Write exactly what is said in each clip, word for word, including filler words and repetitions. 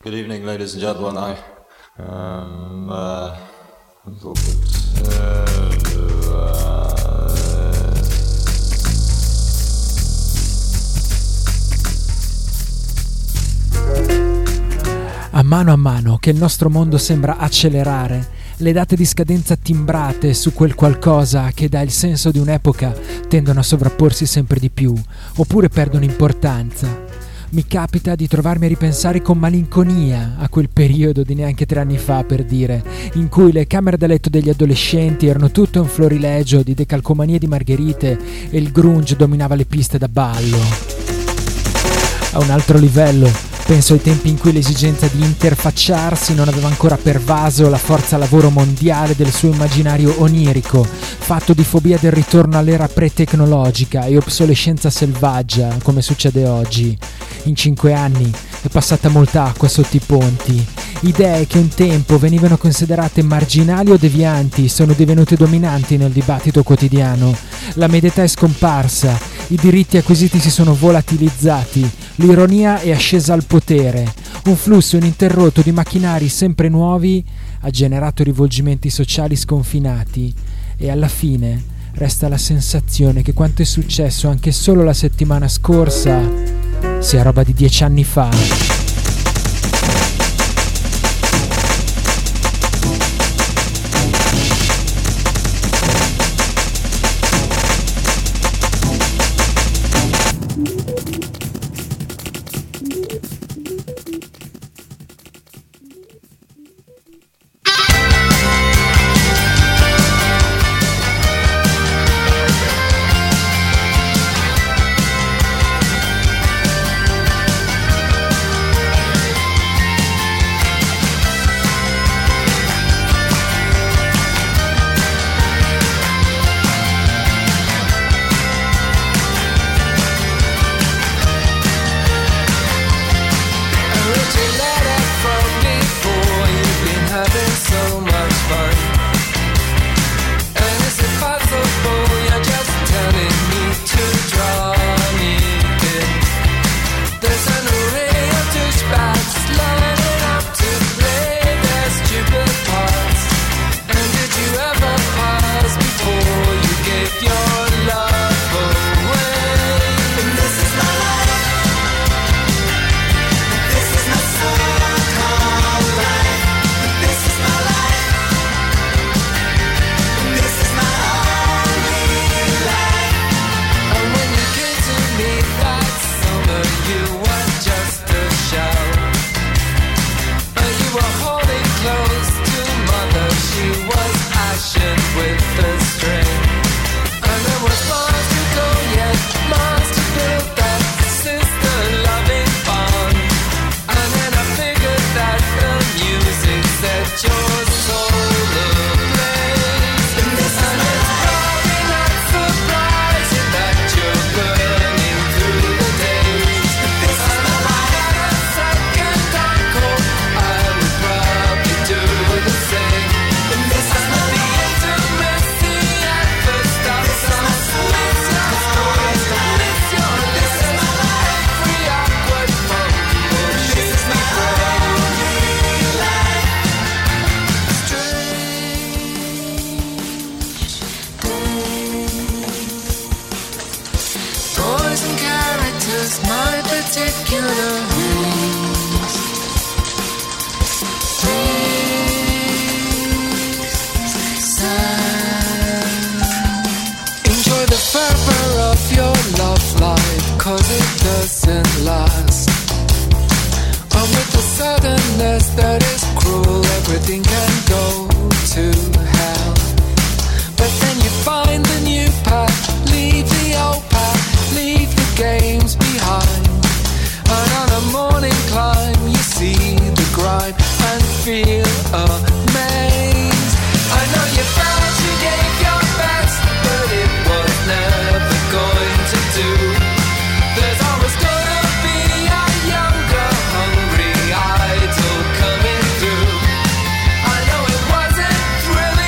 Good evening, ladies and gentlemen. I um uh, uh, A mano a mano che il nostro mondo sembra accelerare, le date di scadenza timbrate su quel qualcosa che dà il senso di un'epoca tendono a sovrapporsi sempre di più, oppure perdono importanza. Mi capita di trovarmi a ripensare con malinconia a quel periodo di neanche tre anni fa, per dire, in cui le camere da letto degli adolescenti erano tutto un florilegio di decalcomanie di margherite e il grunge dominava le piste da ballo. A un altro livello, penso ai tempi in cui l'esigenza di interfacciarsi non aveva ancora pervaso la forza lavoro mondiale del suo immaginario onirico, fatto di fobia del ritorno all'era pre-tecnologica e obsolescenza selvaggia, come succede oggi. In cinque anni è passata molta acqua sotto i ponti. Idee che un tempo venivano considerate marginali o devianti sono divenute dominanti nel dibattito quotidiano. La media età è scomparsa, i diritti acquisiti si sono volatilizzati, l'ironia è ascesa al potere. Un flusso ininterrotto di macchinari sempre nuovi ha generato rivolgimenti sociali sconfinati e alla fine resta la sensazione che quanto è successo anche solo la settimana scorsa sia roba di dieci anni fa. Thrill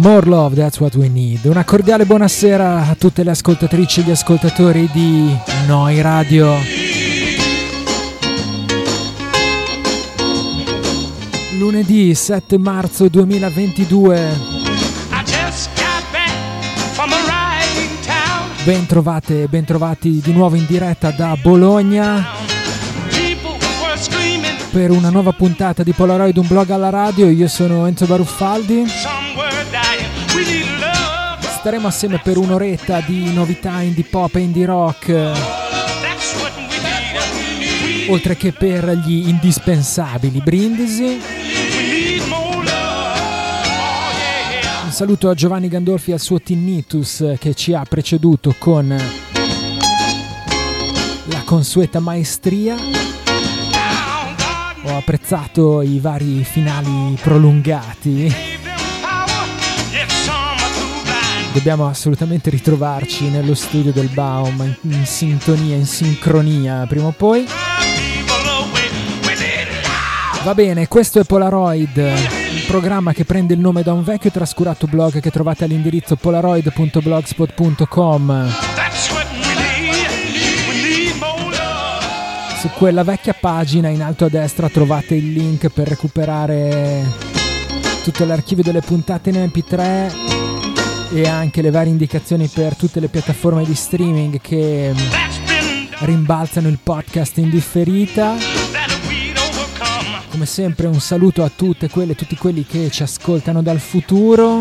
More Love, That's What We Need. Una cordiale buonasera a tutte le ascoltatrici e gli ascoltatori di Noi Radio. Lunedì sette marzo duemilaventidue. Ben trovate, ben trovati di nuovo in diretta da Bologna per una nuova puntata di Polaroid, un blog alla radio. Io sono Enzo Baruffaldi. Staremo assieme per un'oretta di novità indie pop e indie rock, oltre che per gli indispensabili brindisi. Un saluto a Giovanni Gandolfi e al suo Tinnitus che ci ha preceduto con la consueta maestria. Ho apprezzato i vari finali prolungati. Dobbiamo assolutamente ritrovarci nello studio del Baum in, in sintonia, in sincronia prima o poi. Va bene, questo è Polaroid, il programma che prende il nome da un vecchio e trascurato blog che trovate all'indirizzo polaroid punto blogspot punto com. Su quella vecchia pagina in alto a destra trovate il link per recuperare tutto l'archivio delle puntate in emme pi tre e anche le varie indicazioni per tutte le piattaforme di streaming che rimbalzano il podcast in differita. Come sempre un saluto a tutte quelle e tutti quelli che ci ascoltano dal futuro.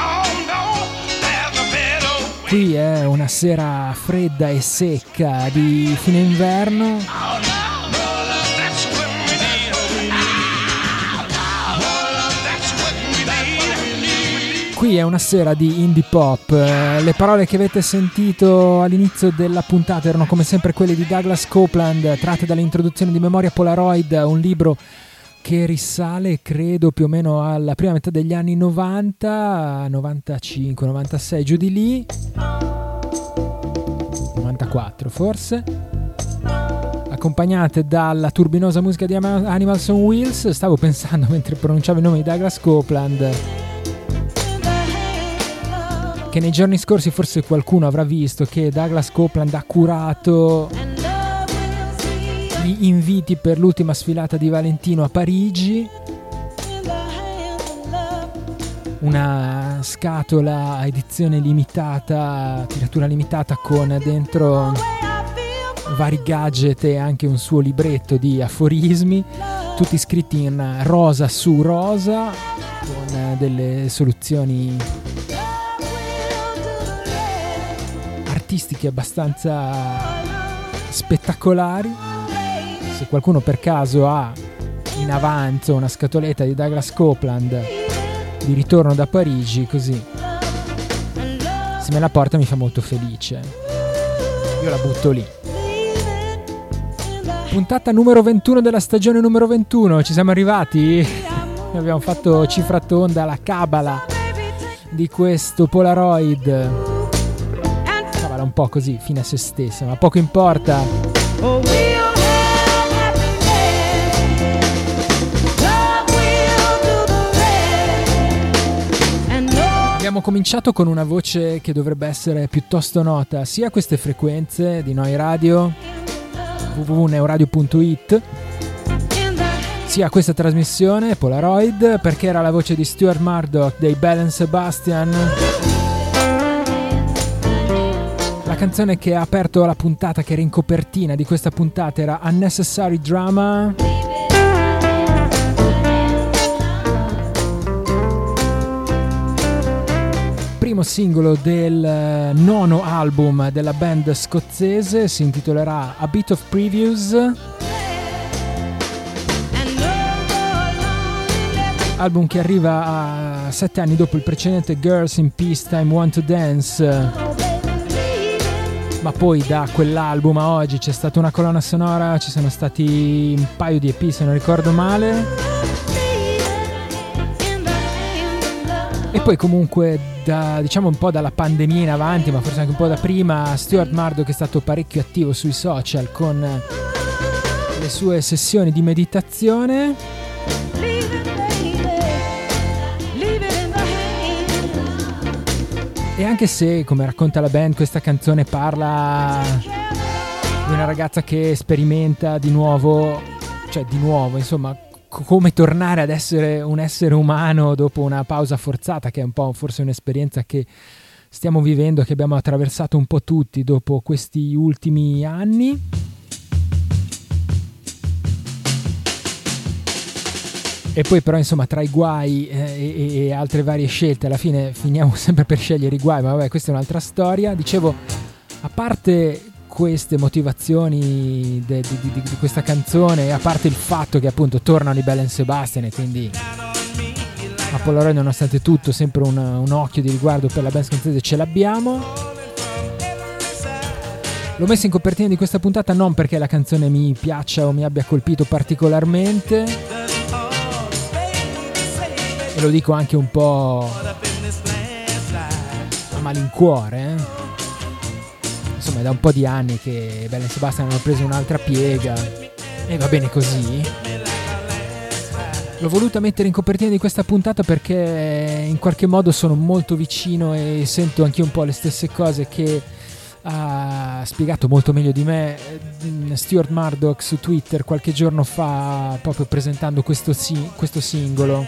Qui è una sera fredda e secca di fine inverno. Qui è una sera di indie pop. Le parole che avete sentito all'inizio della puntata erano come sempre quelle di Douglas Copeland, tratte dall'introduzione di Memoria Polaroid, un libro che risale credo più o meno alla prima metà degli anni novanta, novantacinque novantasei, giù di lì, novantaquattro forse, accompagnate dalla turbinosa musica di Animals on Wheels. Stavo pensando mentre pronunciavo il nome di Douglas Copeland che nei giorni scorsi forse qualcuno avrà visto che Douglas Copeland ha curato gli inviti per l'ultima sfilata di Valentino a Parigi, una scatola edizione limitata, tiratura limitata con dentro vari gadget e anche un suo libretto di aforismi, tutti scritti in rosa su rosa con delle soluzioni artistiche abbastanza spettacolari. Se qualcuno per caso ha in avanzo una scatoletta di Douglas Copeland di ritorno da Parigi, così se me la porta mi fa molto felice, io la butto lì. Puntata numero ventuno della stagione numero ventuno, ci siamo arrivati, abbiamo fatto cifra tonda, la cabala di questo Polaroid, cabala un po' così fine a se stessa, ma poco importa. Abbiamo cominciato con una voce che dovrebbe essere piuttosto nota sia a queste frequenze di Noi Radio, w w w punto neuradio punto it, sia a questa trasmissione Polaroid, perché era la voce di Stuart Murdoch dei Bell and Sebastian. La canzone che ha aperto la puntata, che era in copertina di questa puntata, era Unnecessary Drama. Primo singolo del nono album della band scozzese, si intitolerà A Bit of Previews. Album che arriva a sette anni dopo il precedente Girls in Peacetime Want to Dance. Ma poi da quell'album a oggi c'è stata una colonna sonora, ci sono stati un paio di E P se non ricordo male. E poi comunque da, diciamo un po' dalla pandemia in avanti, ma forse anche un po' da prima, Stuart Murdoch è stato parecchio attivo sui social con le sue sessioni di meditazione. E anche se, come racconta la band, questa canzone parla di una ragazza che sperimenta di nuovo, cioè di nuovo, insomma, c- come tornare ad essere un essere umano dopo una pausa forzata, che è un po' forse un'esperienza che stiamo vivendo, che abbiamo attraversato un po' tutti dopo questi ultimi anni. E poi però insomma tra i guai eh, e, e altre varie scelte alla fine finiamo sempre per scegliere i guai, ma vabbè, questa è un'altra storia. Dicevo, a parte queste motivazioni de, di, di, di questa canzone, e a parte il fatto che appunto tornano i Belle and Sebastian e quindi a Polaroid nonostante tutto sempre un, un occhio di riguardo per la band scozzese ce l'abbiamo. L'ho messo in copertina di questa puntata non perché la canzone mi piaccia o mi abbia colpito particolarmente, e lo dico anche un po' a malincuore, eh? Insomma è da un po' di anni che Belle and Sebastian hanno preso un'altra piega e va bene così. L'ho voluta mettere in copertina di questa puntata perché in qualche modo sono molto vicino e sento anche un po' le stesse cose che ha spiegato molto meglio di me Stuart Murdoch su Twitter qualche giorno fa, proprio presentando questo, si- questo singolo.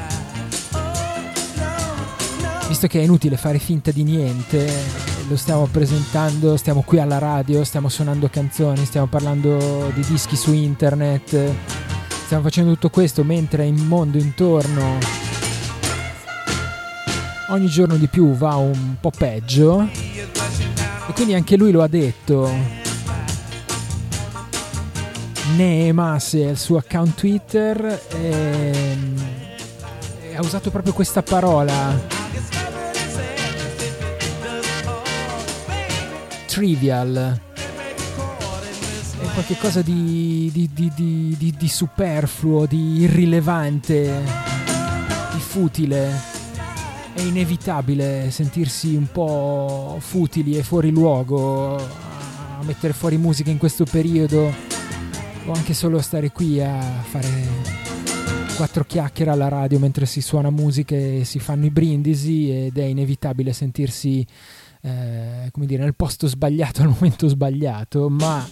Visto che è inutile fare finta di niente, lo stiamo presentando, stiamo qui alla radio, stiamo suonando canzoni, stiamo parlando di dischi su internet, stiamo facendo tutto questo mentre il mondo intorno ogni giorno di più va un po' peggio, e quindi anche lui lo ha detto. Neemase è il suo account Twitter e, e ha usato proprio questa parola, trivial, è qualcosa di, di, di, di, di, di superfluo, di irrilevante, di futile. È inevitabile sentirsi un po' futili e fuori luogo a mettere fuori musica in questo periodo, o anche solo stare qui a fare quattro chiacchiere alla radio mentre si suona musica e si fanno i brindisi, ed è inevitabile sentirsi Eh, come dire, nel posto sbagliato al momento sbagliato, ma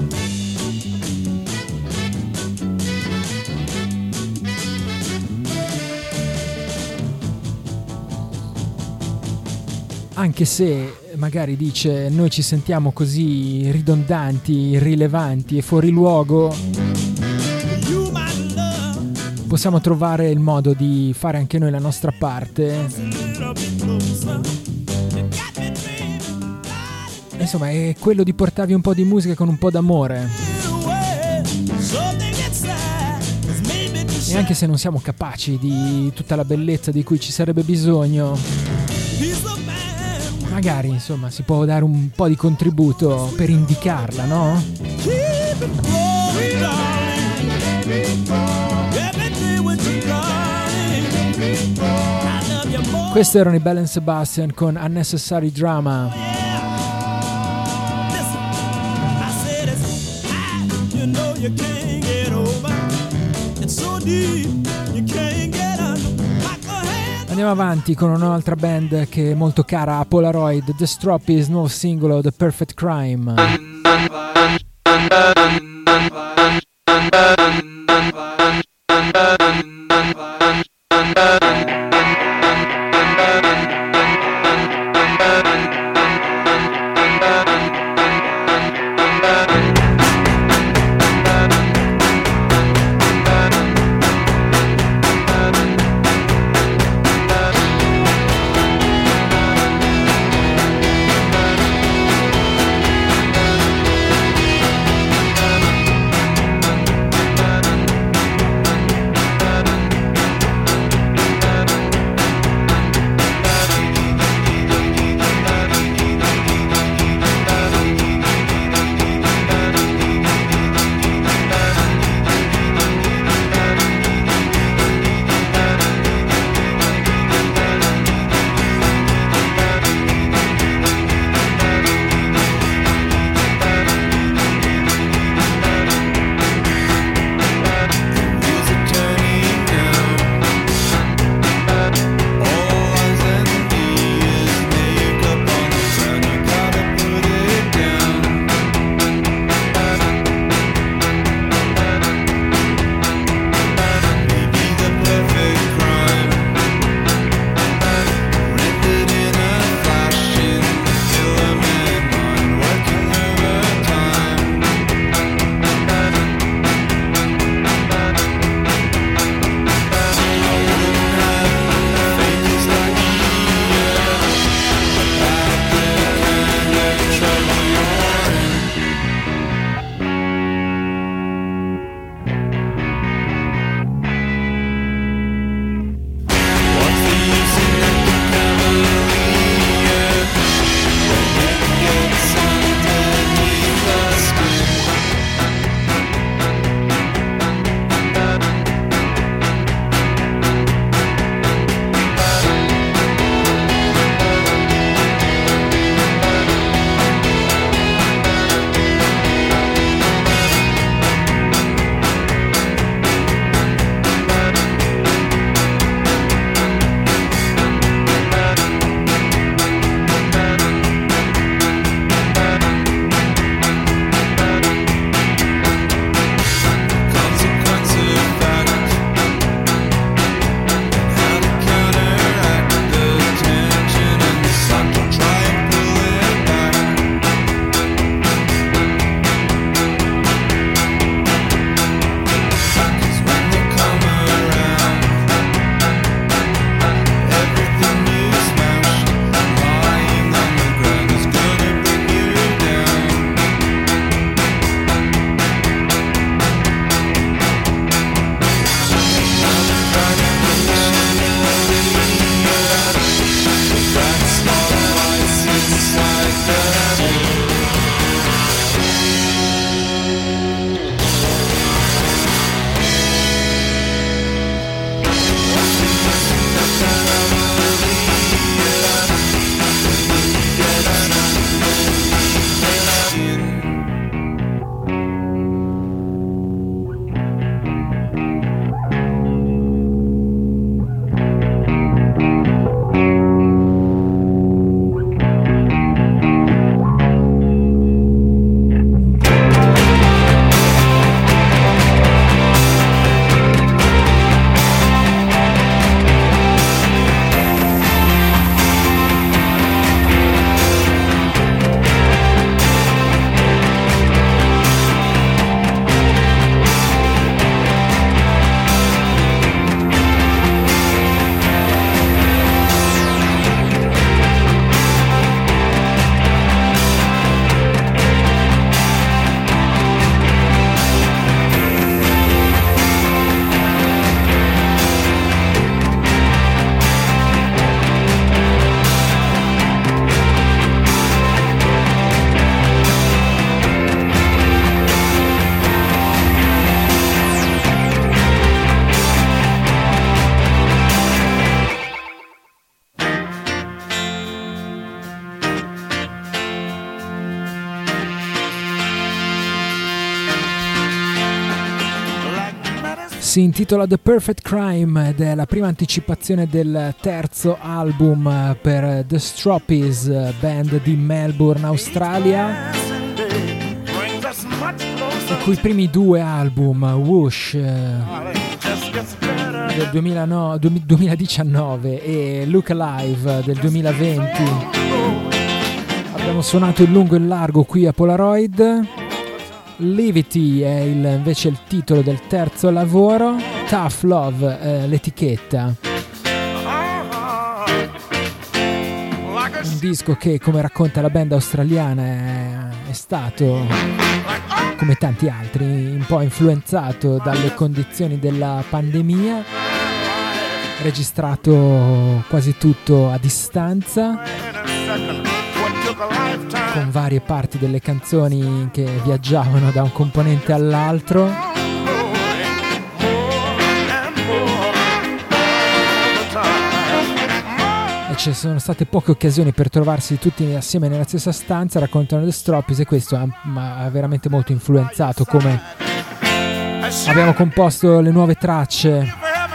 anche se magari dice noi ci sentiamo così ridondanti, irrilevanti e fuori luogo, possiamo trovare il modo di fare anche noi la nostra parte. Insomma, è quello di portarvi un po' di musica con un po' d'amore. E anche se non siamo capaci di tutta la bellezza di cui ci sarebbe bisogno, magari insomma si può dare un po' di contributo per indicarla, no? Questi erano i Belle and Sebastian con Unnecessary Drama. Andiamo avanti con un'altra band che è molto cara a Polaroid, The Stroppies, nuovo singolo The Perfect Crime. Si intitola The Perfect Crime ed è la prima anticipazione del terzo album per The Stroppies, band di Melbourne, Australia, i cui primi due album, Whoosh del duemilanove, duemiladiciannove e Look Alive del duemilaventi, abbiamo suonato in lungo e in largo qui a Polaroid. Levity è il, invece il titolo del terzo lavoro, Tough Love è l'etichetta. Un disco che, come racconta la band australiana, è, è stato, come tanti altri, un po' influenzato dalle condizioni della pandemia, registrato quasi tutto a distanza, con varie parti delle canzoni che viaggiavano da un componente all'altro. E ci sono state poche occasioni per trovarsi tutti assieme nella stessa stanza, raccontano The Stroppies, e questo ha, ha veramente molto influenzato come abbiamo composto le nuove tracce.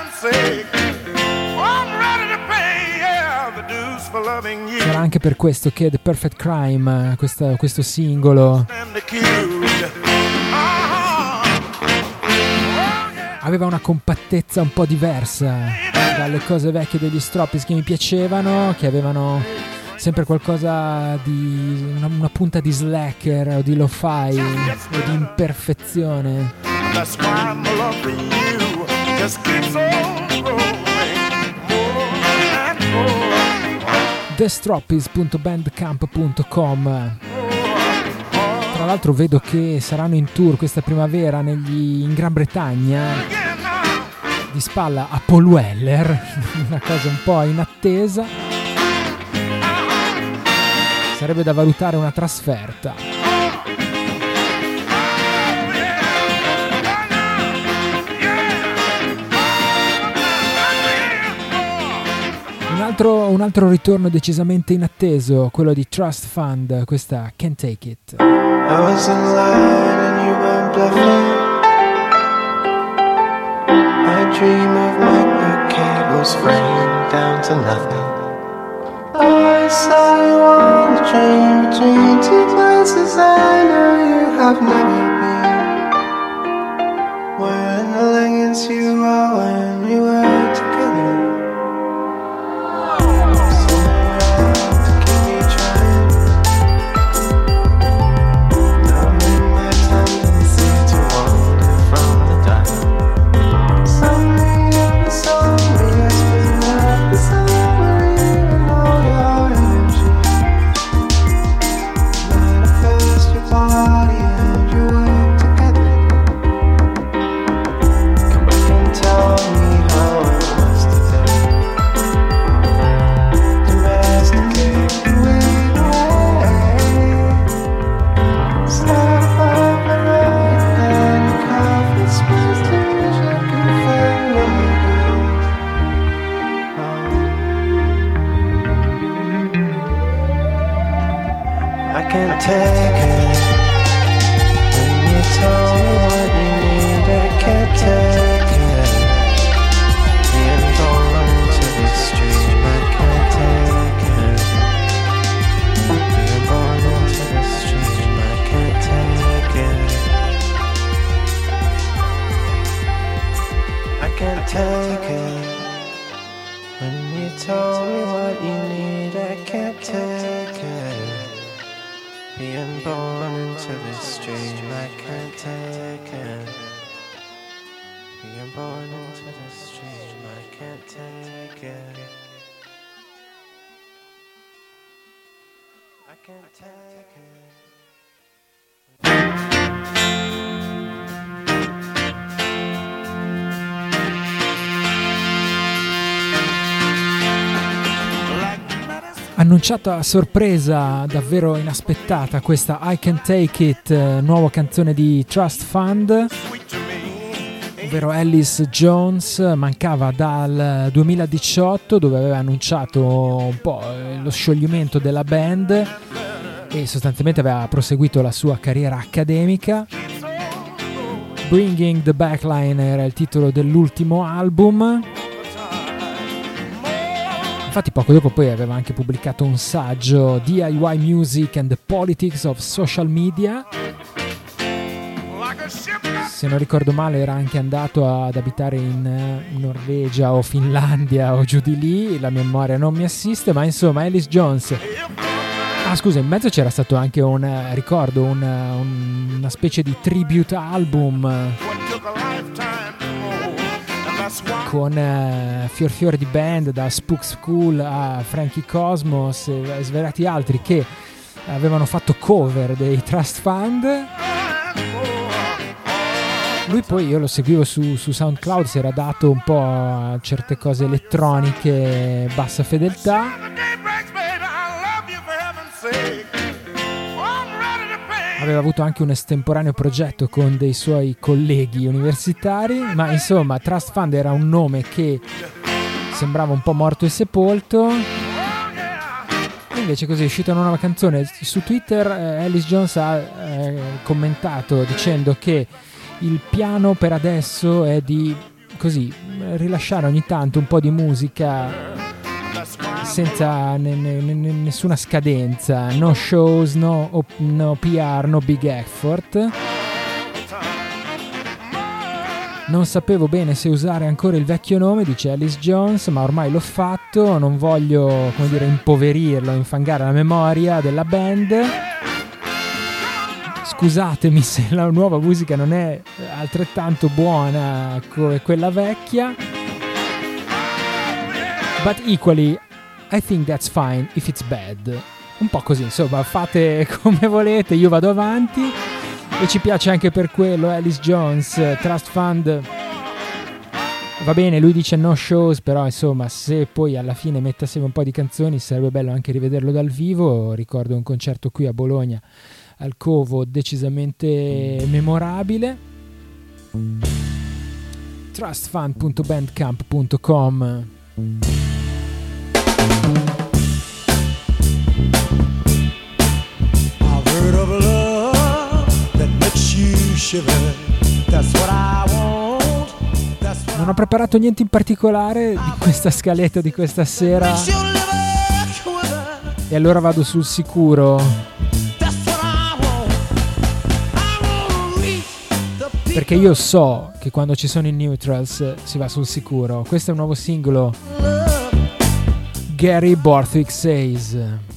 Sarà anche per questo che The Perfect Crime, questa, questo singolo, aveva una compattezza un po' diversa dalle cose vecchie degli Stroppies che mi piacevano, che avevano sempre qualcosa di una, una punta di slacker o di lo-fi o di imperfezione. the stroppies punto bandcamp punto com. Tra l'altro vedo che saranno in tour questa primavera negli, in Gran Bretagna, di spalla a Paul Weller, una cosa un po' in attesa. Sarebbe da valutare una trasferta. Un altro, un altro ritorno decisamente inatteso, quello di Trust Fund, questa Can't Take It. I was in line and you weren't bluffing. My dream of Mike McCabe was framed down to nothing. I saw you on the train between two places I know you have never been. Wearing the leggings you wore when we were together. Annunciata a sorpresa davvero inaspettata questa I Can Take It, eh, nuova canzone di Trust Fund, ovvero Alice Jones. Mancava dal duemiladiciotto, dove aveva annunciato un po' lo scioglimento della band e sostanzialmente aveva proseguito la sua carriera accademica. Bringing the Backline era il titolo dell'ultimo album. Infatti poco dopo poi aveva anche pubblicato un saggio, D I Y Music and the Politics of Social Media. Se non ricordo male era anche andato ad abitare in Norvegia o Finlandia o giù di lì, la memoria non mi assiste, ma insomma Alice Jones. Ah scusa, in mezzo c'era stato anche un, ricordo, un, un, una specie di tribute album con uh, fior fior di band, da Spook School a Frankie Cosmos e svariati altri che avevano fatto cover dei Trust Fund. Lui poi, io lo seguivo su, su SoundCloud, si era dato un po' a certe cose elettroniche, bassa fedeltà. Aveva avuto anche un estemporaneo progetto con dei suoi colleghi universitari, ma insomma Trust Fund era un nome che sembrava un po' morto e sepolto. Invece così è uscita una nuova canzone. Su Twitter eh, Alice Jones ha eh, commentato dicendo che il piano per adesso è di così rilasciare ogni tanto un po' di musica senza ne, ne, ne, nessuna scadenza, no shows, no, no P R, no big effort. Non sapevo bene se usare ancora il vecchio nome, dice Alice Jones, ma ormai l'ho fatto, non voglio, come dire, impoverirlo, infangare la memoria della band. Scusatemi se la nuova musica non è altrettanto buona come quella vecchia, but equally I think that's fine if it's bad. Un po' così, insomma, fate come volete, io vado avanti. E ci piace anche per quello Alice Jones. Trust Fund va bene, lui dice no shows, però insomma se poi alla fine mette assieme un po' di canzoni sarebbe bello anche rivederlo dal vivo. Ricordo un concerto qui a Bologna al Covo decisamente memorabile. trustfund punto bandcamp punto com. I've heard of love that makes you shiver. That's what I want. That's what Non ho preparato niente in particolare di questa scaletta di questa sera makes you live quiver. e allora vado sul sicuro, That's what I want. I want to reach the people. perché io so che quando ci sono i Neutrals si va sul sicuro. Questo è un nuovo singolo, Gary Borthwick Says.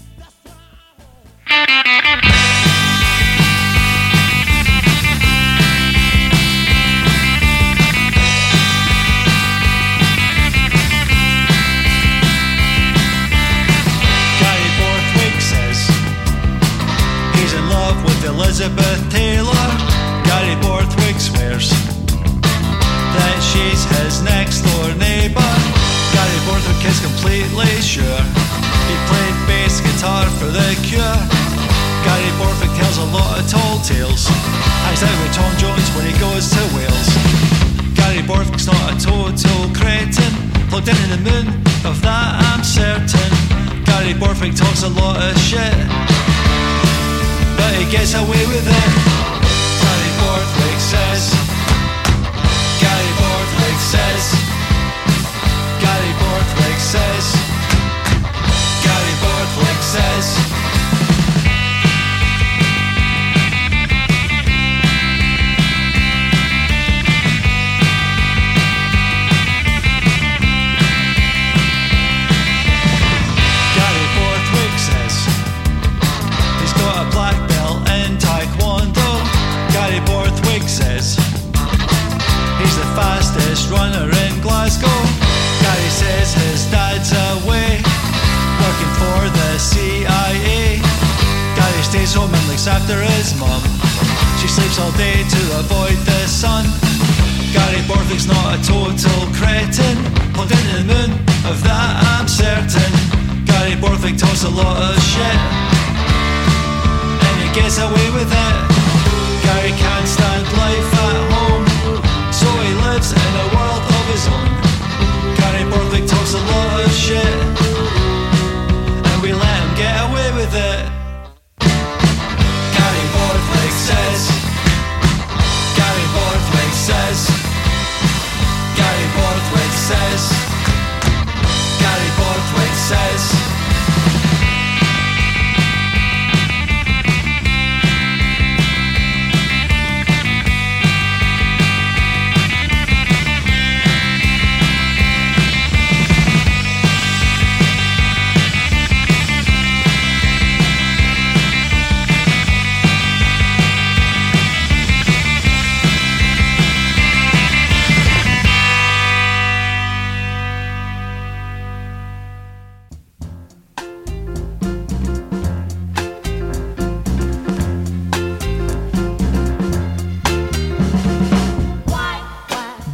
Gary Borthwick says he's in love with Elizabeth Taylor. Gary Borthwick swears that she's his next door neighbour. Gary Borthwick is completely sure he played bass guitar for The Cure. Gary Borthwick tells a lot of tall tales, hangs out with Tom Jones when he goes to Wales. Gary Borthwick's not a total cretin, plugged into the moon, of that I'm certain. Gary Borthwick talks a lot of shit, but he gets away with it. Gary Borthwick says, Gary Borthwick says, Gary Borthwick says, Gary Borthwick says. Gary Borthwick says he's got a black belt in Taekwondo. Gary Borthwick says he's the fastest runner in Glasgow. Gary says his dad's away, working for the C I A. Gary stays home and looks after his mum. She sleeps all day to avoid the sun. Gary Borthwick's not a total cretin, plugged into the moon, of that I'm certain. Gary Borthwick talks a lot of shit, and he gets away with it. Gary can't stand life at home, so he lives in a world of his own. Gary Borthwick talks a lot of shit, and we let him get away with it. Gary Borthwick says, Gary Borthwick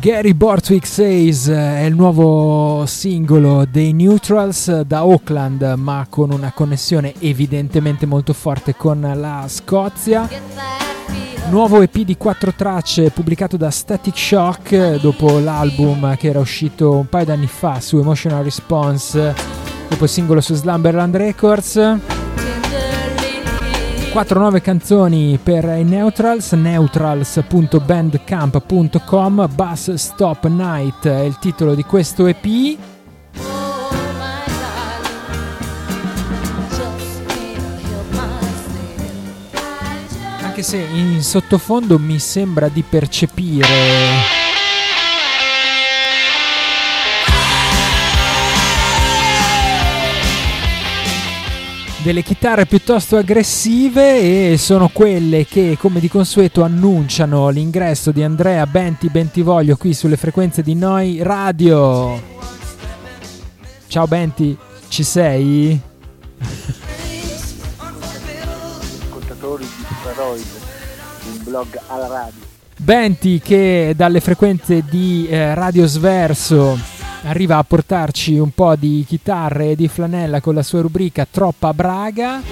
Gary Borthwick Says è il nuovo singolo dei Neutrals da Auckland, ma con una connessione evidentemente molto forte con la Scozia. Nuovo E P di quattro tracce pubblicato da Static Shock dopo l'album che era uscito un paio d'anni fa su Emotional Response, dopo il singolo su Slumberland Records. Quattro nuove canzoni per i Neutrals, neutrals punto bandcamp punto com. Bus Stop Night è il titolo di questo E P. Anche se in sottofondo mi sembra di percepire delle chitarre piuttosto aggressive, e sono quelle che, come di consueto, annunciano l'ingresso di Andrea Benti Bentivoglio qui sulle frequenze di Noi Radio. Ciao Benti, ci sei? Ascoltatori di Polaroid, un blog alla radio. Benti che dalle frequenze di eh, Radio Sverso arriva a portarci un po' di chitarre e di flanella con la sua rubrica Troppa Braga.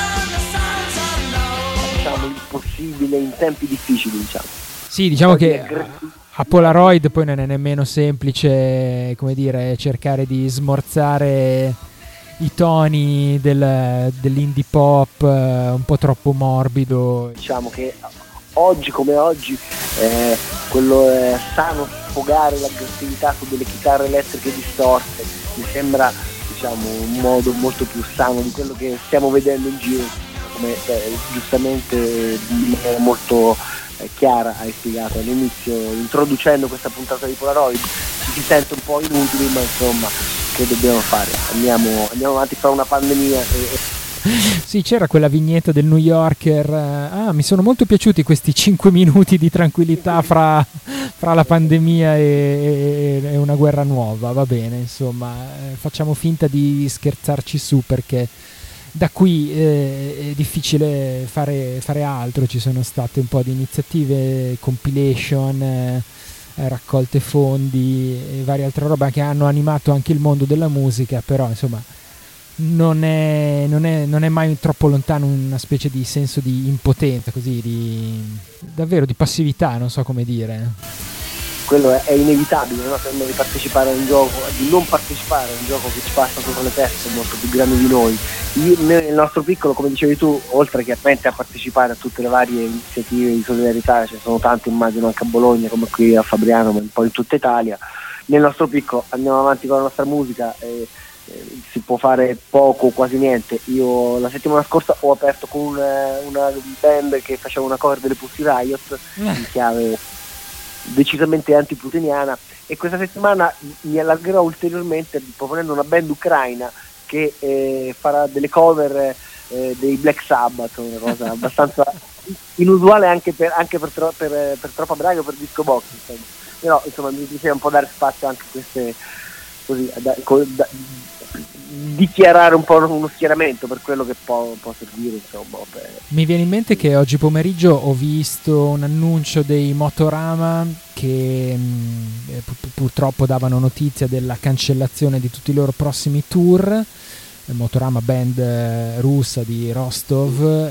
Facciamo il possibile in tempi difficili, diciamo. Sì, diciamo che a Polaroid poi non è nemmeno semplice, come dire, cercare di smorzare i toni del, dell'indie pop eh, un po' troppo morbido. Diciamo che oggi come oggi eh, quello è sano sfogare l'aggressività su delle chitarre elettriche distorte, mi sembra, diciamo, un modo molto più sano di quello che stiamo vedendo in giro, come eh, giustamente in maniera molto eh, chiara hai spiegato all'inizio introducendo questa puntata di Polaroid. Ci si sente un po' inutili, ma insomma, che dobbiamo fare? Andiamo, andiamo avanti fra una pandemia e sì, c'era quella vignetta del New Yorker. Ah, mi sono molto piaciuti questi cinque minuti di tranquillità fra, fra la pandemia e, e una guerra nuova. Va bene, insomma, eh, facciamo finta di scherzarci su, perché da qui eh, è difficile fare, fare altro. Ci sono state un po' di iniziative, compilation, eh, raccolte fondi e varie altre robe che hanno animato anche il mondo della musica, però insomma Non è, non, è, non è mai troppo lontano una specie di senso di impotenza, così, di davvero di passività, non so come dire. Quello è, è inevitabile, no? Sembra di partecipare a un gioco, di non partecipare a un gioco che ci passa sopra le teste, molto più grande di noi. Io, nel nostro piccolo, come dicevi tu, oltre chiaramente a partecipare a tutte le varie iniziative di solidarietà, ce ne sono tante, immagino anche a Bologna, come qui a Fabriano, ma un po' in tutta Italia. Nel nostro piccolo andiamo avanti con la nostra musica e Eh, si può fare poco o quasi niente. Io la settimana scorsa ho aperto con una, una band che faceva una cover delle Pussy Riot in chiave decisamente antiputiniana, e questa settimana mi allargherò ulteriormente proponendo una band ucraina che eh, farà delle cover eh, dei Black Sabbath, una cosa abbastanza inusuale anche per, anche per, tro- per, per Troppa Braga o per Disco Box, insomma. Però insomma mi piaceva un po' dare spazio anche a queste, così, da, da, dichiarare un po' uno schieramento per quello che può, può servire, insomma. Per... Mi viene in mente che oggi pomeriggio ho visto un annuncio dei Motorama che mh, pu- purtroppo davano notizia della cancellazione di tutti i loro prossimi tour. Motorama, band eh, russa di Rostov,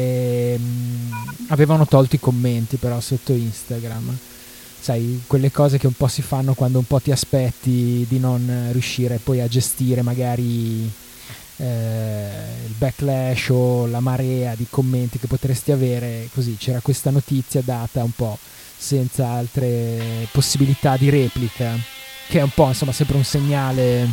e mh, avevano tolto i commenti però sotto Instagram. Sai, quelle cose che un po' si fanno quando un po' ti aspetti di non riuscire poi a gestire magari eh, il backlash o la marea di commenti che potresti avere. Così c'era questa notizia data un po' senza altre possibilità di replica, che è un po', insomma, sempre un segnale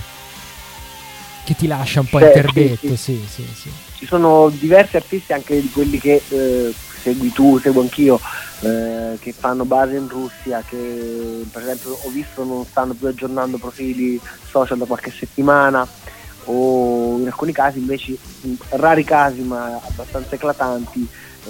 che ti lascia un po' interdetto. Sì, sì, sì. Ci sono diversi artisti, anche di quelli che eh, segui tu, seguo anch'io, Eh, che fanno base in Russia, che per esempio ho visto non stanno più aggiornando profili social da qualche settimana, o in alcuni casi invece, in rari casi ma abbastanza eclatanti,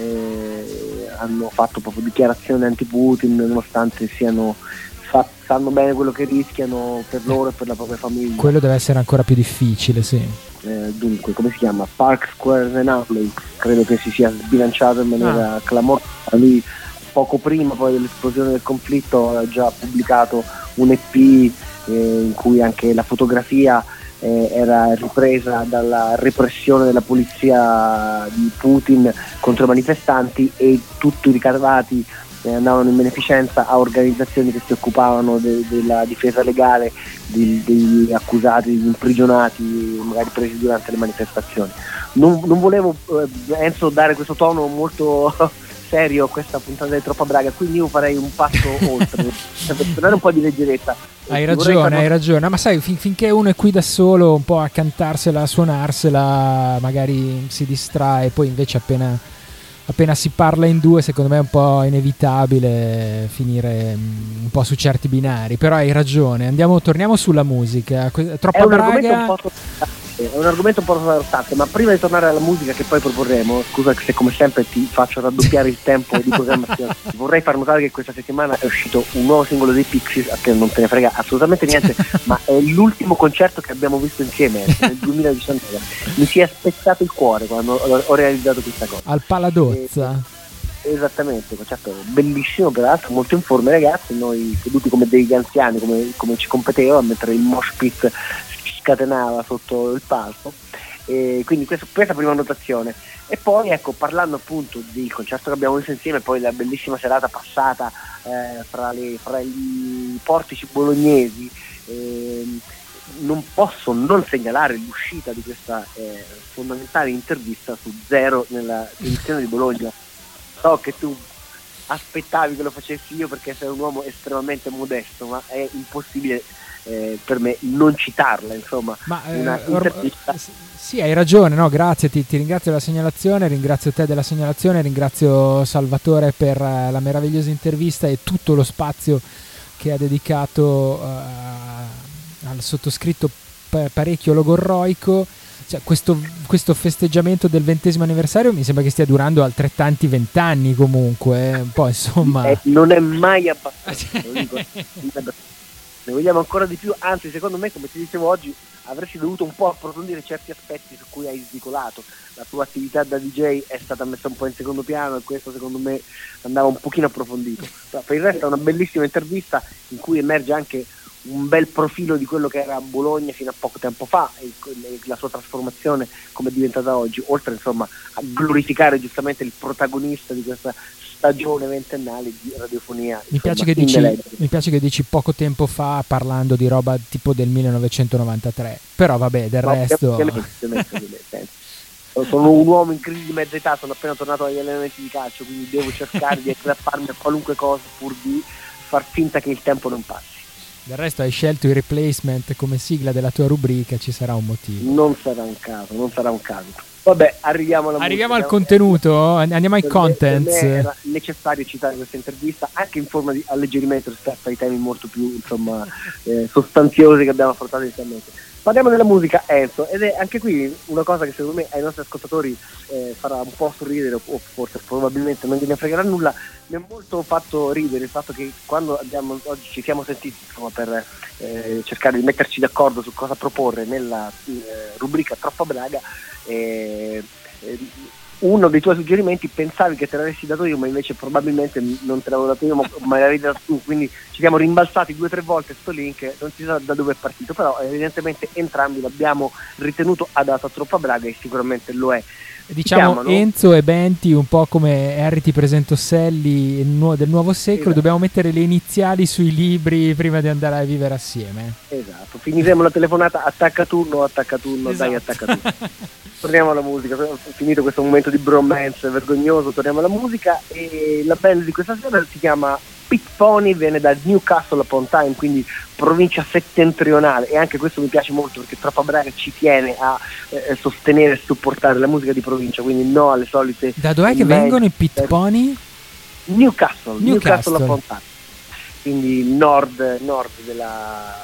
eh, hanno fatto proprio dichiarazioni anti-Putin, nonostante siano fa- sanno bene quello che rischiano per loro e per la propria famiglia. Quello deve essere ancora più difficile, sì. Eh, dunque, come si chiama? Park Square and Alley, credo che si sia sbilanciato in maniera ah. clamorosa. Lui poco prima poi dell'esplosione del conflitto ha già pubblicato un E P eh, in cui anche la fotografia eh, era ripresa dalla repressione della polizia di Putin contro i manifestanti, e tutti i ricavati eh, andavano in beneficenza a organizzazioni che si occupavano de- della difesa legale di- degli accusati, degli imprigionati magari presi durante le manifestazioni. Non, non volevo eh, Enzo dare questo tono molto serio a questa puntata di Troppa Braga, quindi io farei un passo oltre per dare un po' di leggerezza. Hai ragione, hai ragione, ma sai, fin- finché uno è qui da solo un po' a cantarsela, a suonarsela, magari si distrae, poi invece appena, appena si parla in due, secondo me è un po' inevitabile finire mm, un po' su certi binari, però hai ragione, andiamo, torniamo sulla musica. Que- Troppa È un Braga... argomento un po' È un argomento un po' sottostante, ma prima di tornare alla musica che poi proporremo, scusa se come sempre ti faccio raddoppiare il tempo di programmazione, vorrei far notare che questa settimana è uscito un nuovo singolo dei Pixies, a te non te ne frega assolutamente niente, ma è l'ultimo concerto che abbiamo visto insieme nel duemiladiciannove. Mi si è spezzato il cuore quando ho realizzato questa cosa. Al Paladozza. E, esattamente, concerto bellissimo, peraltro molto in forma i ragazzi, noi seduti come degli anziani, come, come ci competeva, mentre il mosh pit scatenava sotto il palco, e quindi questo, questa prima notazione. E poi ecco, parlando appunto del concerto che abbiamo visto insieme, poi la bellissima serata passata eh, fra, le, fra i portici bolognesi, eh, non posso non segnalare l'uscita di questa eh, fondamentale intervista su Zero nella edizione di Bologna. So che tu aspettavi che lo facessi io perché sei un uomo estremamente modesto, ma è impossibile Eh, per me non citarla, insomma. Ma una eh, or- sì, hai ragione, no? Grazie, ti, ti ringrazio della segnalazione, ringrazio te della segnalazione, ringrazio Salvatore per uh, la meravigliosa intervista e tutto lo spazio che ha dedicato uh, al sottoscritto pa- parecchio logorroico. Cioè, questo, questo festeggiamento del ventesimo anniversario mi sembra che stia durando altrettanti vent'anni comunque, eh? Un po' insomma eh, non è mai abbastanza, lo dico, ne vogliamo ancora di più, anzi secondo me, come ti dicevo oggi, avresti dovuto un po' approfondire certi aspetti su cui hai sdicolato. La tua attività da D J è stata messa un po' in secondo piano e questo secondo me andava un pochino approfondito. Però per il resto è una bellissima intervista in cui emerge anche un bel profilo di quello che era Bologna fino a poco tempo fa e la sua trasformazione come è diventata oggi, oltre insomma a glorificare giustamente il protagonista di questa stagione ventennale di radiofonia. Mi piace, che dici, mi piace che dici poco tempo fa parlando di roba tipo del millenovecentonovantatré, però vabbè, del no, resto ovviamente, ovviamente, ovviamente. Sono un uomo in crisi di mezza età, sono appena tornato dagli allenamenti di calcio, quindi devo cercare di aggrapparmi a qualunque cosa pur di far finta che il tempo non passi. Del resto hai scelto i Replacement come sigla della tua rubrica, ci sarà un motivo. Non sarà un caso, non sarà un caso. Vabbè, arriviamo alla Arriviamo musica. al contenuto, andiamo ai per contents. Me, per me era necessario citare questa intervista anche in forma di alleggerimento rispetto ai temi molto più insomma eh, sostanziosi che abbiamo affrontato inizialmente. Parliamo della musica, Enzo, ed è anche qui una cosa che secondo me ai nostri ascoltatori eh, farà un po' sorridere, o forse probabilmente non gliene fregherà nulla. Mi ha molto fatto ridere il fatto che quando abbiamo, oggi ci siamo sentiti insomma, per eh, cercare di metterci d'accordo su cosa proporre nella eh, rubrica Troppa Braga, eh, eh, uno dei tuoi suggerimenti pensavi che te l'avessi dato io, ma invece probabilmente non te l'avevo dato io, ma, ma l'avevi dato tu, quindi ci siamo rimbalzati due o tre volte sto link, non si sa da dove è partito, però evidentemente entrambi l'abbiamo ritenuto adatto a Troppa Braga e sicuramente lo è. Diciamo chiamano... Enzo e Benti, un po' come Harry ti presento Sally del nuovo secolo, esatto. Dobbiamo mettere le iniziali sui libri prima di andare a vivere assieme. Esatto, finiremo la telefonata attacca tu, no attacca tu, no esatto. Dai attacca tu. Torniamo alla musica, finito questo momento di bromance vergognoso, torniamo alla musica e la band di questa sera si chiama Pit Pony, viene da Newcastle upon Tyne, quindi provincia settentrionale, e anche questo mi piace molto perché Troppa Braga ci tiene a eh, sostenere e supportare la musica di provincia, quindi no alle solite... Da dov'è che vengono i Pit Pony? Newcastle, Newcastle, Newcastle upon Tyne, quindi nord, nord della...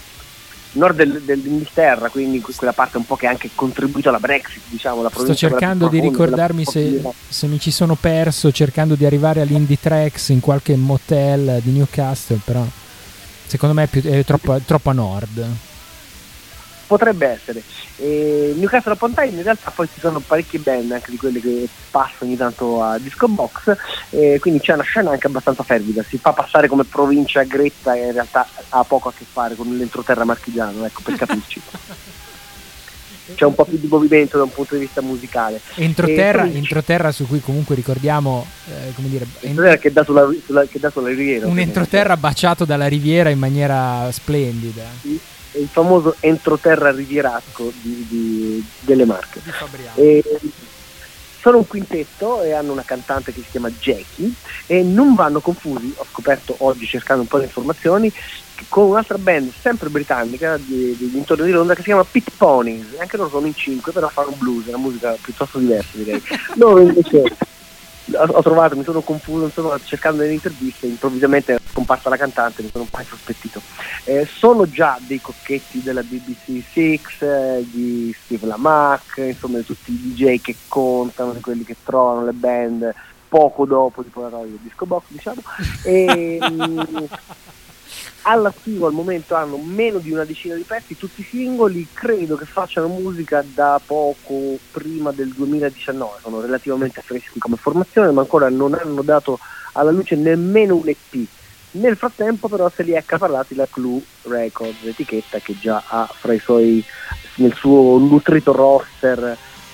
nord del, dell'Inghilterra, quindi quella parte un po' che ha anche contribuito alla Brexit, diciamo. La Sto cercando di ricordarmi se, se mi ci sono perso cercando di arrivare all'Indie Tracks in qualche motel di Newcastle, però secondo me è, più, è troppo, troppo a nord. potrebbe essere. E Newcastle upon Tyne in realtà poi ci sono parecchie band, anche di quelle che passano ogni tanto a Disco Box, e quindi c'è una scena anche abbastanza fervida, si fa passare come provincia gretta e in realtà ha poco a che fare con l'entroterra marchigiano, ecco, per capirci. C'è un po' più di movimento da un punto di vista musicale. Entroterra, poi- entroterra su cui comunque ricordiamo, eh, come dire, en- Entroterra che dà sulla, sulla, che dà sulla riviera. un ovviamente. entroterra baciato dalla riviera in maniera splendida. Il famoso entroterra rivierasco di, di- delle Marche. Di Fabriano. E sono un quintetto e hanno una cantante che si chiama Jackie e non vanno confusi, ho scoperto oggi cercando un po' di informazioni, con un'altra band sempre britannica di, di, intorno di Londra che si chiama Pit Ponies. Anche loro sono in cinque, però fanno blues, una musica piuttosto diversa, direi. Loro invece ho, ho trovato, mi sono confuso, insomma, cercando delle interviste, improvvisamente è scomparsa la cantante, mi sono un po' insospettito. Eh, sono già dei cocchetti della B B C Six, eh, di Steve Lamacq, insomma di tutti i D J che contano, di quelli che trovano le band poco dopo di Polaroid e Disco Box, diciamo. E mh, all'attivo al momento hanno meno di una decina di pezzi, tutti singoli, credo che facciano musica da poco prima del duemiladiciannove, sono relativamente freschi come formazione, ma ancora non hanno dato alla luce nemmeno un E P. Nel frattempo però se li è accaparrati la Clue Records, etichetta che già ha fra i suoi, nel suo nutrito roster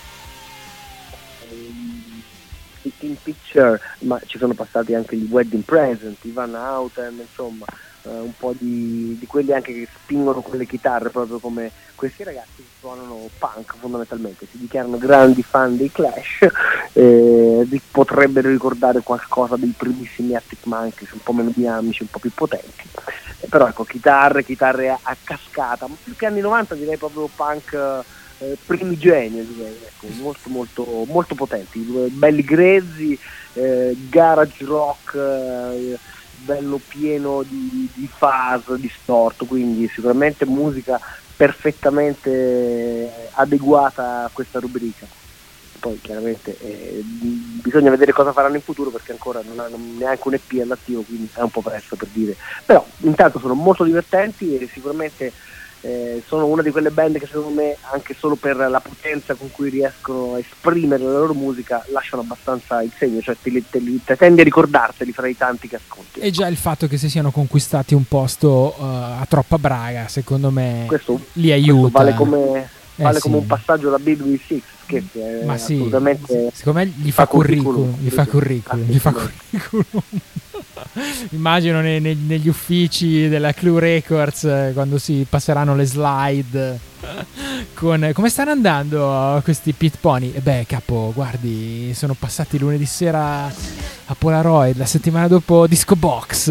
in Picture, ma ci sono passati anche gli Wedding Present, i Van Houten, insomma eh, un po' di, di quelli anche che spingono con le chitarre, proprio come questi ragazzi che suonano punk fondamentalmente, si dichiarano grandi fan dei Clash, eh, potrebbero ricordare qualcosa dei primissimi Arctic Monkeys, un po' meno dinamici, un po' più potenti, eh, però ecco, chitarre, chitarre a, a cascata, ma più che anni novanta direi proprio punk Eh, primigenio, direi, ecco, molto molto molto potenti, belli grezzi, eh, garage rock, eh, bello pieno di, di fuzz distorto, quindi sicuramente musica perfettamente adeguata a questa rubrica. Poi chiaramente eh, bisogna vedere cosa faranno in futuro, perché ancora non hanno neanche un E P all'attivo, quindi è un po' presto per dire, però intanto sono molto divertenti e sicuramente Eh, sono una di quelle band che secondo me, anche solo per la potenza con cui riescono a esprimere la loro musica, lasciano abbastanza il segno, cioè te, li, te, li, te tendi a ricordarteli fra i tanti che ascolti. E già il fatto che si siano conquistati un posto uh, a troppa braga, secondo me, questo, li aiuta. questo vale come, vale eh, come sì. un passaggio da B B C Six, che Ma è sì, assolutamente secondo me gli fa curriculum, gli fa sì, curriculum, sì. gli fa curriculum. Immagino ne, ne, negli uffici della Clue Records, eh, quando si passeranno le slide con come stanno andando questi Pit Pony. E beh, capo, guardi, sono passati lunedì sera a Polaroid, la settimana dopo Disco Box.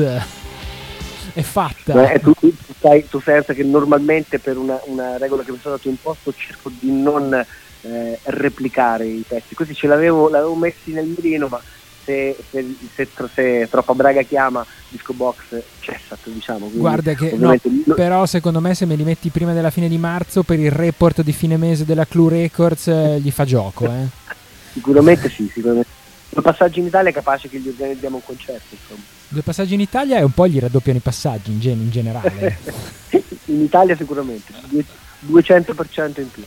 È fatta. Eh, tu, tu, sai, tu sai che normalmente per una, una regola che mi sono dato imposto cerco di non eh, replicare i testi. Questi ce l'avevo, l'avevo messi nel mirino, ma se, se, se, se troppa braga chiama, Disco Box cessat, diciamo. Quindi, guarda che no, però secondo me se me li metti prima della fine di marzo per il report di fine mese della Clue Records eh, gli fa gioco, eh. Sicuramente sì, sicuramente. Due passaggi in Italia è capace che gli organizziamo un concerto, insomma. Due passaggi in Italia e un po' gli raddoppiano i passaggi in, gen- in generale. In Italia sicuramente, duecento per cento in più.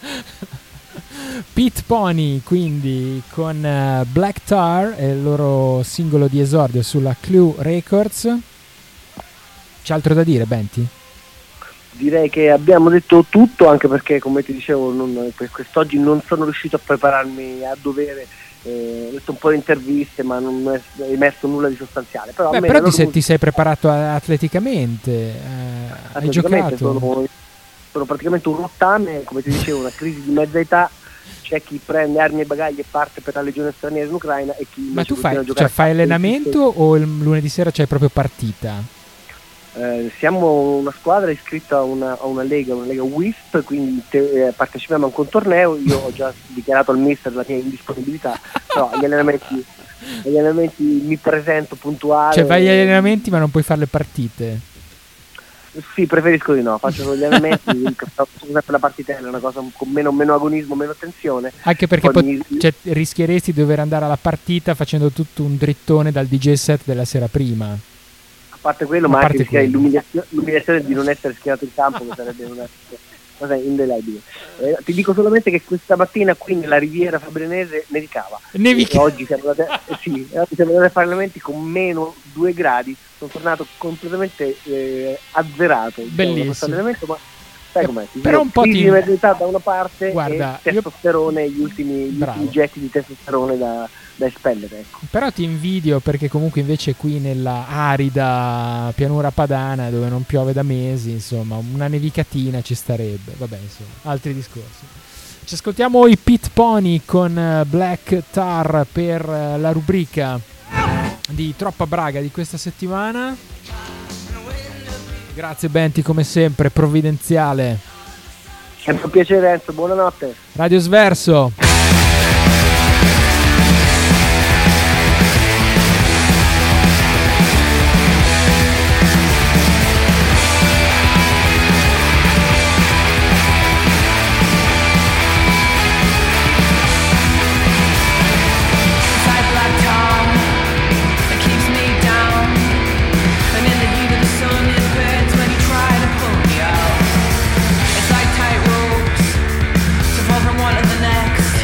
Pit Pony quindi con uh, Black Tar e il loro singolo di esordio sulla Clue Records. C'è altro da dire, Benti? Direi che abbiamo detto tutto, anche perché come ti dicevo non, per quest'oggi non sono riuscito a prepararmi a dovere, eh, ho detto un po' di interviste ma non ho emerso nulla di sostanziale. Però, Beh, però ti, sei, ti sei preparato atleticamente, eh, hai giocato. Sono, sono praticamente un rottame, come ti dicevo, una crisi di mezza età. C'è chi prende armi e bagagli e parte per la legione straniera in Ucraina e chi ma tu fai, cioè, fai allenamento o il lunedì sera c'hai proprio partita? Eh, siamo una squadra iscritta a una, a una lega, una lega W I S P, quindi te, eh, partecipiamo anche a un torneo. Io ho già dichiarato al mister la mia indisponibilità, però agli allenamenti, agli allenamenti mi presento puntuale. Cioè vai agli allenamenti ma non puoi fare le partite? Sì, preferisco di no, faccio solo gli allenamenti, per la partitella è una cosa con meno, meno agonismo, meno tensione. Anche perché pot- mi... cioè, rischieresti di dover andare alla partita facendo tutto un drittone dal D J set della sera prima. A parte quello, A ma parte anche l'umiliazione, l'umiliazione di non essere schierato in campo, che sarebbe una, cosa indelebile. Eh, ti dico solamente che questa mattina qui nella Riviera Fabrenese nevicava. Nevica- E oggi siamo andati, eh, sì, oggi siamo andati a fare allenamenti con meno due gradi, sono tornato completamente eh, azzerato. Bellissimo. Questo allenamento, ma sai com'è? Ti Però dico, un po' crisi ti- di maturità da una parte, Guarda, e io- testosterone, gli ultimi, gli Bravo. ultimi getti di testosterone da, da espellere, ecco. Però ti invidio perché comunque invece qui nella arida pianura padana dove non piove da mesi, insomma, una nevicatina ci starebbe. Vabbè, insomma, altri discorsi. Ci ascoltiamo i Pit Pony con eh, Black Tar per eh, la rubrica di Troppa Braga di questa settimana. Grazie Benti, come sempre, provvidenziale. Sempre un piacere, Enzo, buonanotte. Radio Sverso. It's like tight ropes to fall from one to the next.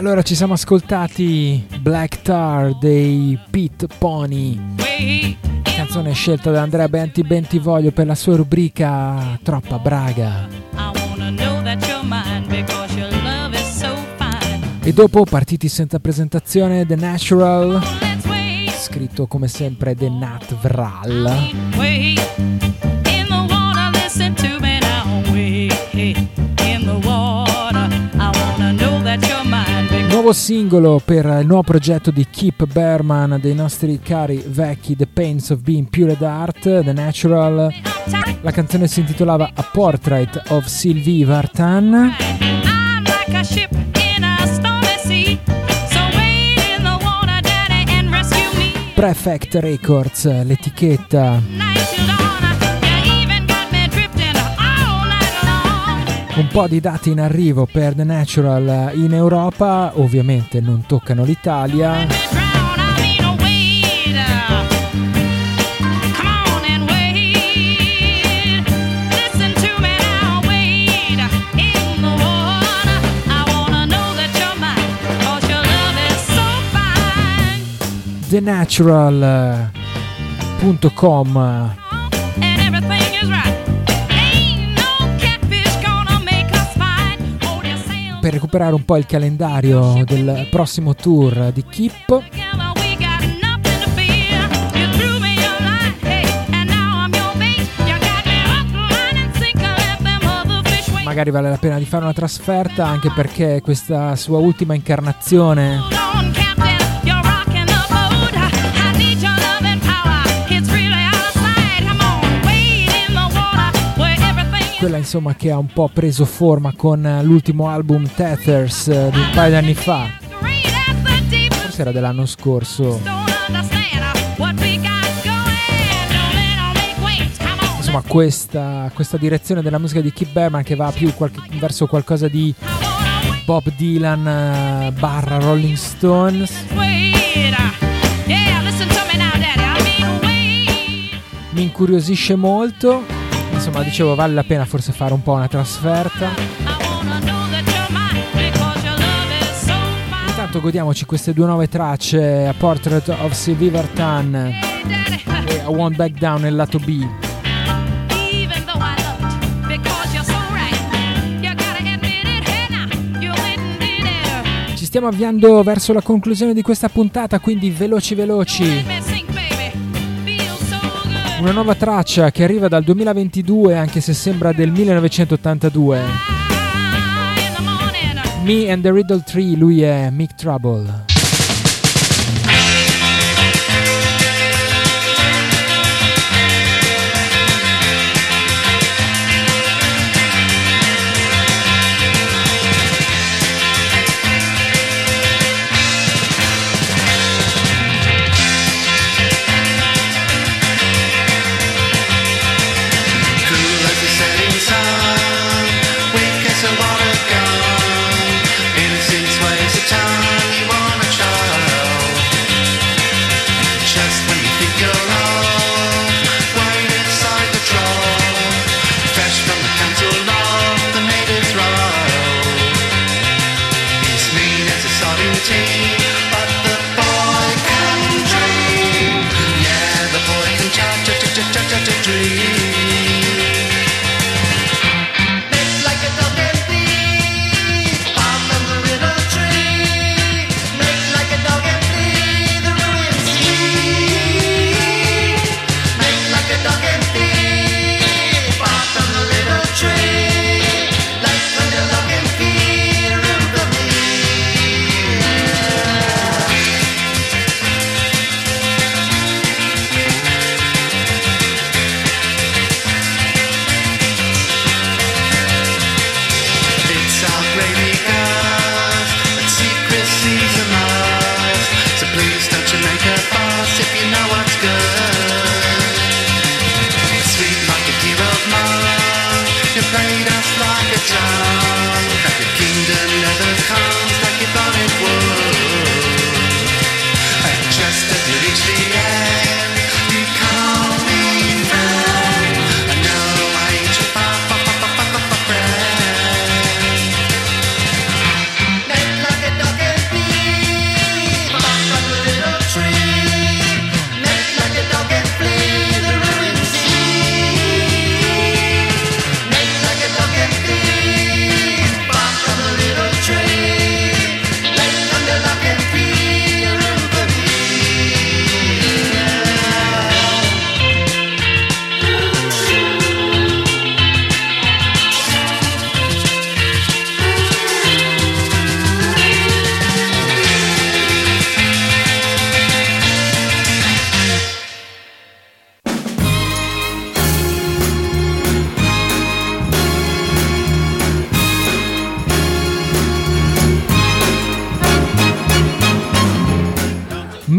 allora ci siamo ascoltati Black Tar dei Pit Pony, canzone scelta da Andrea Benti Bentivoglio per la sua rubrica Troppa Braga. E dopo, partiti senza presentazione, The Natural, scritto come sempre The Nat Vral. Nuovo singolo per il nuovo progetto di Kip Berman dei nostri cari vecchi The Pains of Being Pure Art, The Natural. La canzone si intitolava A Portrait of Sylvie Vartan. Prefect Records, l'etichetta. Un po' di date in arrivo per The Natural in Europa, ovviamente non toccano l'Italia. the natural punto com. Per recuperare un po' il calendario del prossimo tour di Kip. Magari vale la pena di fare una trasferta, anche perché questa sua ultima incarnazione quella insomma che ha un po' preso forma con l'ultimo album Tethers di un paio di anni fa, forse era dell'anno scorso. Insomma questa, questa direzione della musica di Kip Berman che va più qualche, verso qualcosa di Bob Dylan barra Rolling Stones. Mi incuriosisce molto. Insomma, dicevo, vale la pena forse fare un po' una trasferta. Intanto godiamoci queste due nuove tracce, A Portrait of Sylvie Vartan e I Won't Back Down nel lato B. Ci stiamo avviando verso la conclusione di questa puntata, quindi veloci veloci. Una nuova traccia che arriva dal duemilaventidue, anche se sembra del millenovecentottantadue. Me and the Riddle Tree, lui è Mick Trouble.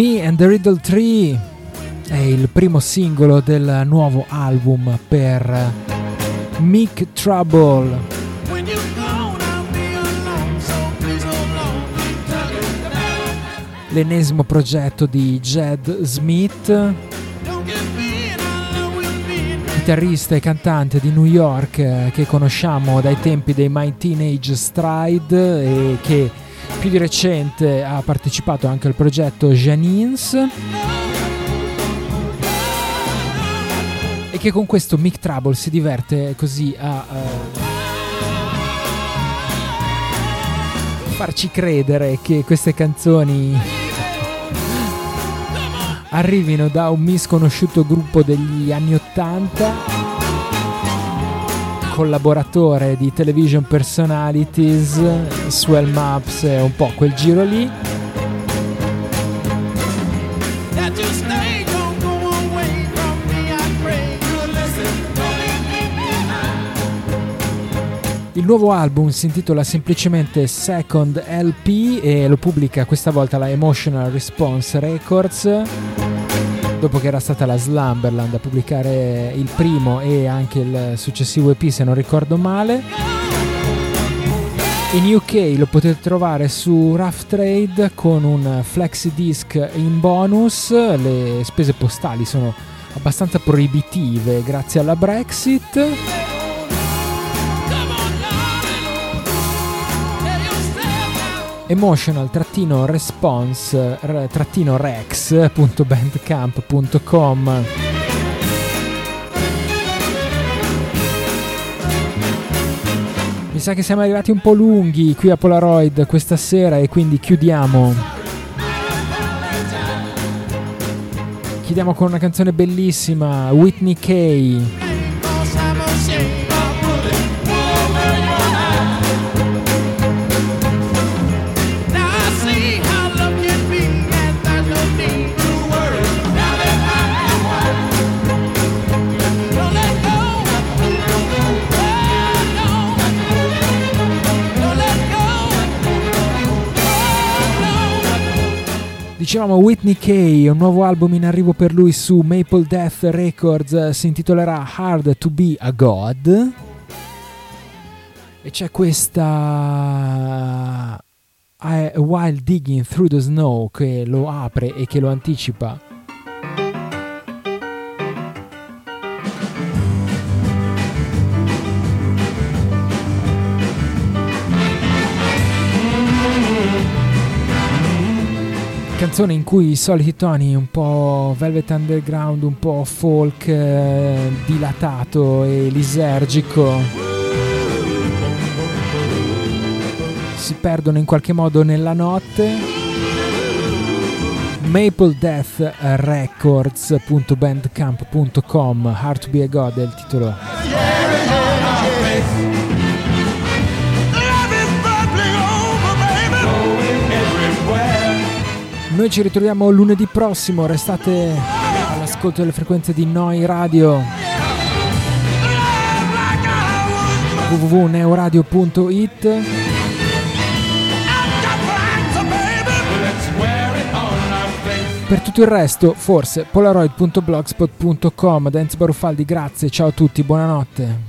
Me and the Riddle Tree è il primo singolo del nuovo album per Mick Trouble, l'ennesimo progetto di Jed Smith, chitarrista e cantante di New York che conosciamo dai tempi dei My Teenage Stride e che più di recente ha partecipato anche al progetto Janines, e che con questo Mick Trouble si diverte così a uh, farci credere che queste canzoni arrivino da un misconosciuto gruppo degli anni ottanta, collaboratore di television personalities, Swell Maps e un po' quel giro lì. Il nuovo album si intitola semplicemente Second L P e lo pubblica questa volta la Emotional Response Records, dopo che era stata la Slumberland a pubblicare il primo e anche il successivo E P, se non ricordo male. In U K lo potete trovare su Rough Trade con un flexi disc in bonus. Le spese postali sono abbastanza proibitive grazie alla Brexit. Emotional-response-rex punto bandcamp punto com. Mi sa che siamo arrivati un po' lunghi qui a Polaroid questa sera e quindi chiudiamo. Chiudiamo con una canzone bellissima, Whitney Kay. Dicevamo Whitney Kay, un nuovo album in arrivo per lui su Maple Death Records, si intitolerà Hard to Be a God, e c'è questa uh, While Digging Through the Snow che lo apre e che lo anticipa. Canzone in cui i soliti toni, un po' Velvet Underground, un po' folk eh, dilatato e lisergico, si perdono in qualche modo nella notte. Maple Death Records punto bandcamp punto com, Hard to Be a God è il titolo. Noi ci ritroviamo lunedì prossimo, restate all'ascolto delle frequenze di Noi Radio, w w w punto neoradio punto it. Per tutto il resto, forse polaroid punto blogspot punto com. Da Enzo Baruffaldi, grazie, ciao a tutti, buonanotte.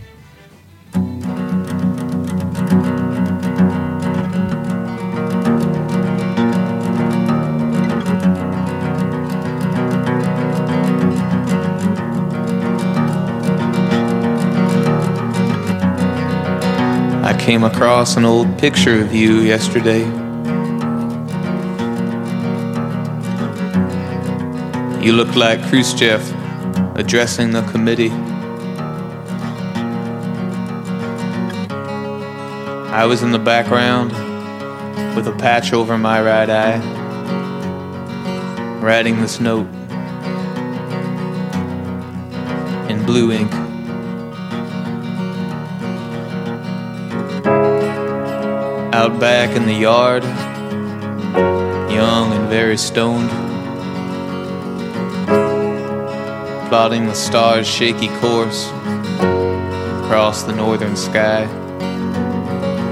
I came across an old picture of you yesterday. You looked like Khrushchev addressing the committee. I was in the background with a patch over my right eye, writing this note in blue ink. Out back in the yard, young and very stoned, plotting the stars' shaky course across the northern sky.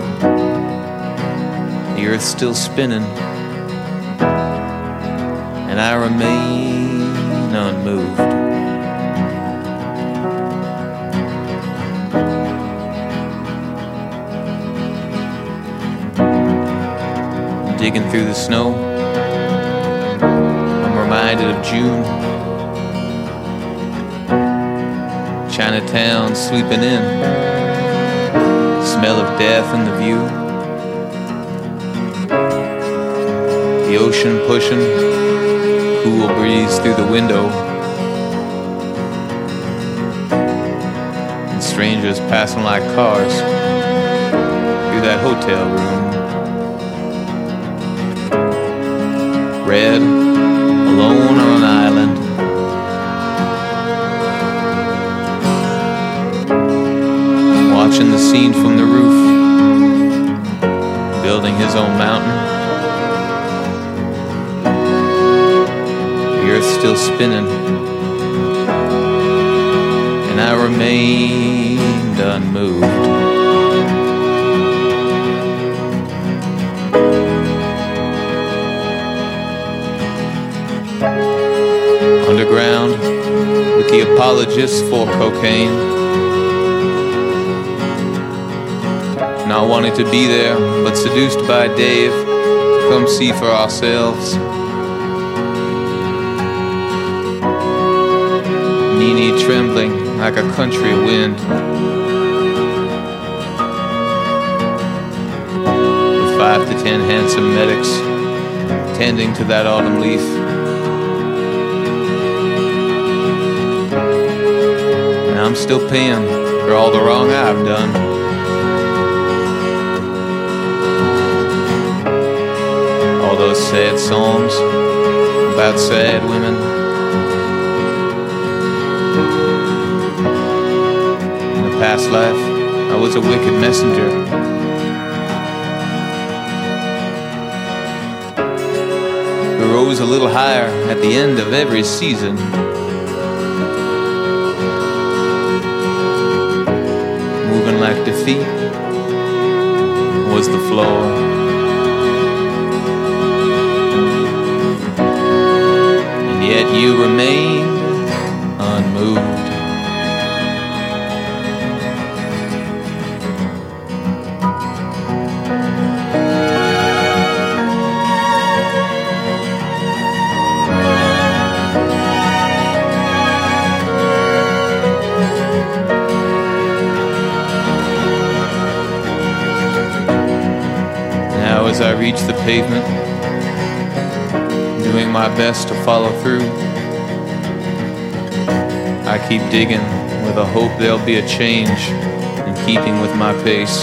The earth's still spinning, and and I remain unmoved. Digging through the snow, I'm reminded of June. Chinatown sweeping in, smell of death in the view. The ocean pushing, cool breeze through the window. And strangers passing like cars through that hotel room. Red, alone on an island. Watching the scene from the roof, building his own mountain. The earth's still spinning, and I remained unmoved. Underground with the apologists for cocaine, not wanting to be there, but seduced by Dave to come see for ourselves. Nene trembling like a country wind, with five to ten handsome medics tending to that autumn leaf. I'm still paying for all the wrong I've done. All those sad songs about sad women. In a past life, I was a wicked messenger. Who rose a little higher at the end of every season. Moving like defeat was the flaw. And yet you remain unmoved. As I reach the pavement, doing my best to follow through, I keep digging with a hope there'll be a change in keeping with my pace.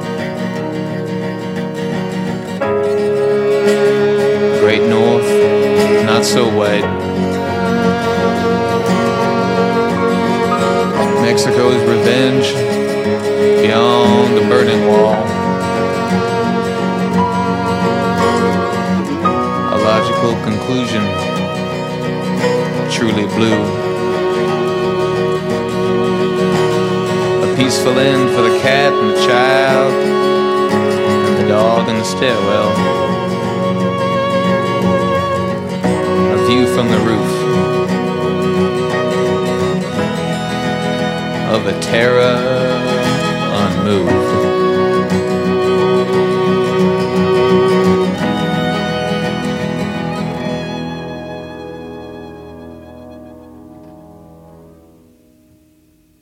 Great North, not so white. Mexico's revenge beyond the burning wall. Logical conclusion, truly blue. A peaceful end for the cat and the child, and the dog in the stairwell. A view from the roof of a terror